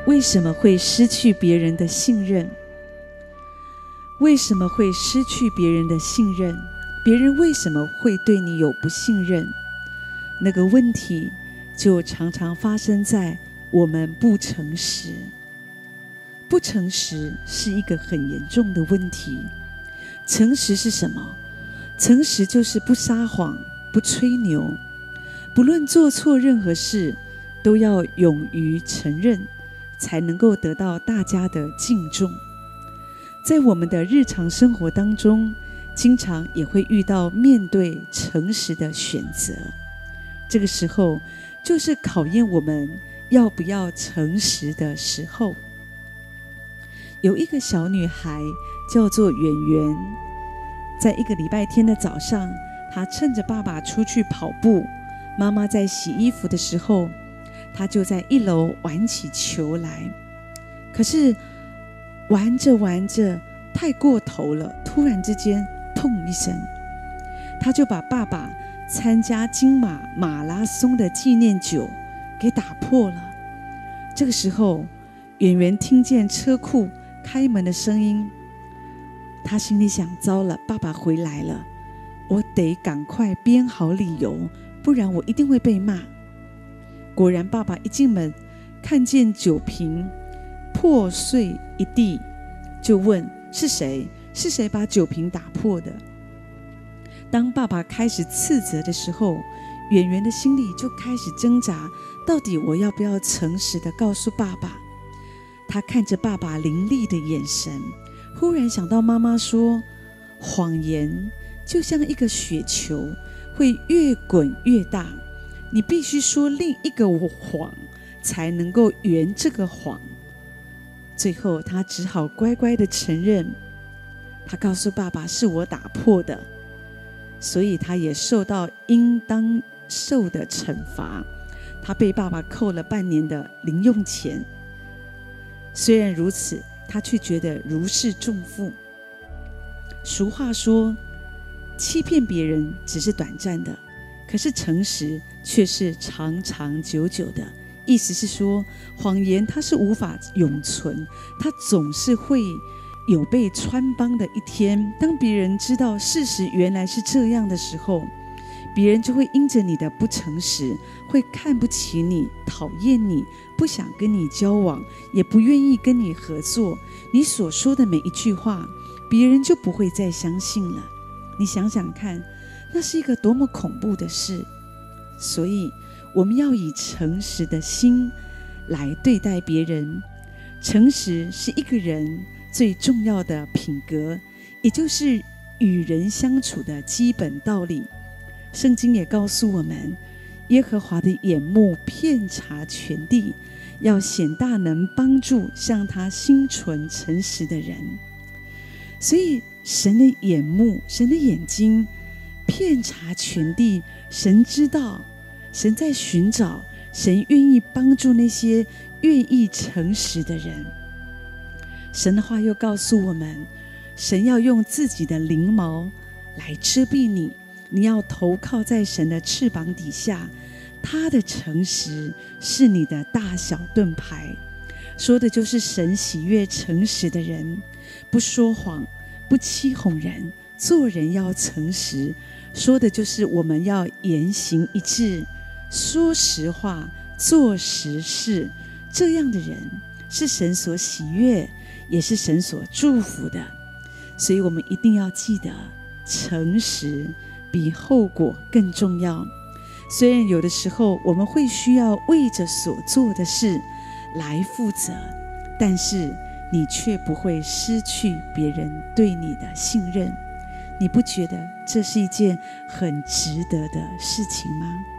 为什么会失去别人的信任？为什么会失去别人的信任？别人为什么会对你有不信任？那个问题就常常发生在我们不诚实。不诚实是一个很严重的问题。诚实是什么？诚实就是不撒谎，不吹牛，不论做错任何事，都要勇于承认，才能够得到大家的敬重。在我们的日常生活当中，经常也会遇到面对诚实的选择，这个时候就是考验我们要不要诚实的时候。有一个小女孩叫做圆圆，在一个礼拜天的早上，她趁着爸爸出去跑步，妈妈在洗衣服的时候，她就在1楼玩起球来。可是玩着玩着太过头了，突然之间砰一声，她就把爸爸参加金马马拉松的纪念酒给打破了。这个时候，圆圆听见车库开门的声音，他心里想：糟了，爸爸回来了，我得赶快编好理由，不然我一定会被骂。果然，爸爸一进门，看见酒瓶破碎一地，就问：是谁？是谁把酒瓶打破的？当爸爸开始斥责的时候，圆圆的心里就开始挣扎，到底我要不要诚实的告诉爸爸？他看着爸爸凌厉的眼神，忽然想到妈妈说，谎言就像一个雪球，会越滚越大，你必须说另一个谎才能够圆这个谎。最后他只好乖乖的承认，他告诉爸爸是我打破的，所以他也受到应当受的惩罚，他被爸爸扣了半年的零用钱。虽然如此，他却觉得如释重负。俗话说，欺骗别人只是短暂的，可是诚实却是长长久久的。意思是说，谎言它是无法永存，它总是会有被穿帮的一天。当别人知道事实原来是这样的时候，别人就会因着你的不诚实，会看不起你，讨厌你，不想跟你交往，也不愿意跟你合作。你所说的每一句话，别人就不会再相信了。你想想看，那是一个多么恐怖的事。所以我们要以诚实的心来对待别人。诚实是一个人最重要的品格，也就是与人相处的基本道理。圣经也告诉我们，耶和华的眼目遍察全地，要显大能帮助向他心存诚实的人。所以神的眼目，神的眼睛遍察全地，神知道，神在寻找，神愿意帮助那些愿意诚实的人。神的话又告诉我们，神要用自己的翎毛来遮蔽你，你要投靠在神的翅膀底下，他的诚实是你的大小盾牌。说的就是神喜悦诚实的人，不说谎，不欺哄人，做人要诚实。说的就是我们要言行一致，说实话，做实事。这样的人是神所喜悦，也是神所祝福的。所以我们一定要记得，诚实比后果更重要。虽然有的时候我们会需要为着所做的事来负责，但是你却不会失去别人对你的信任。你不觉得这是一件很值得的事情吗？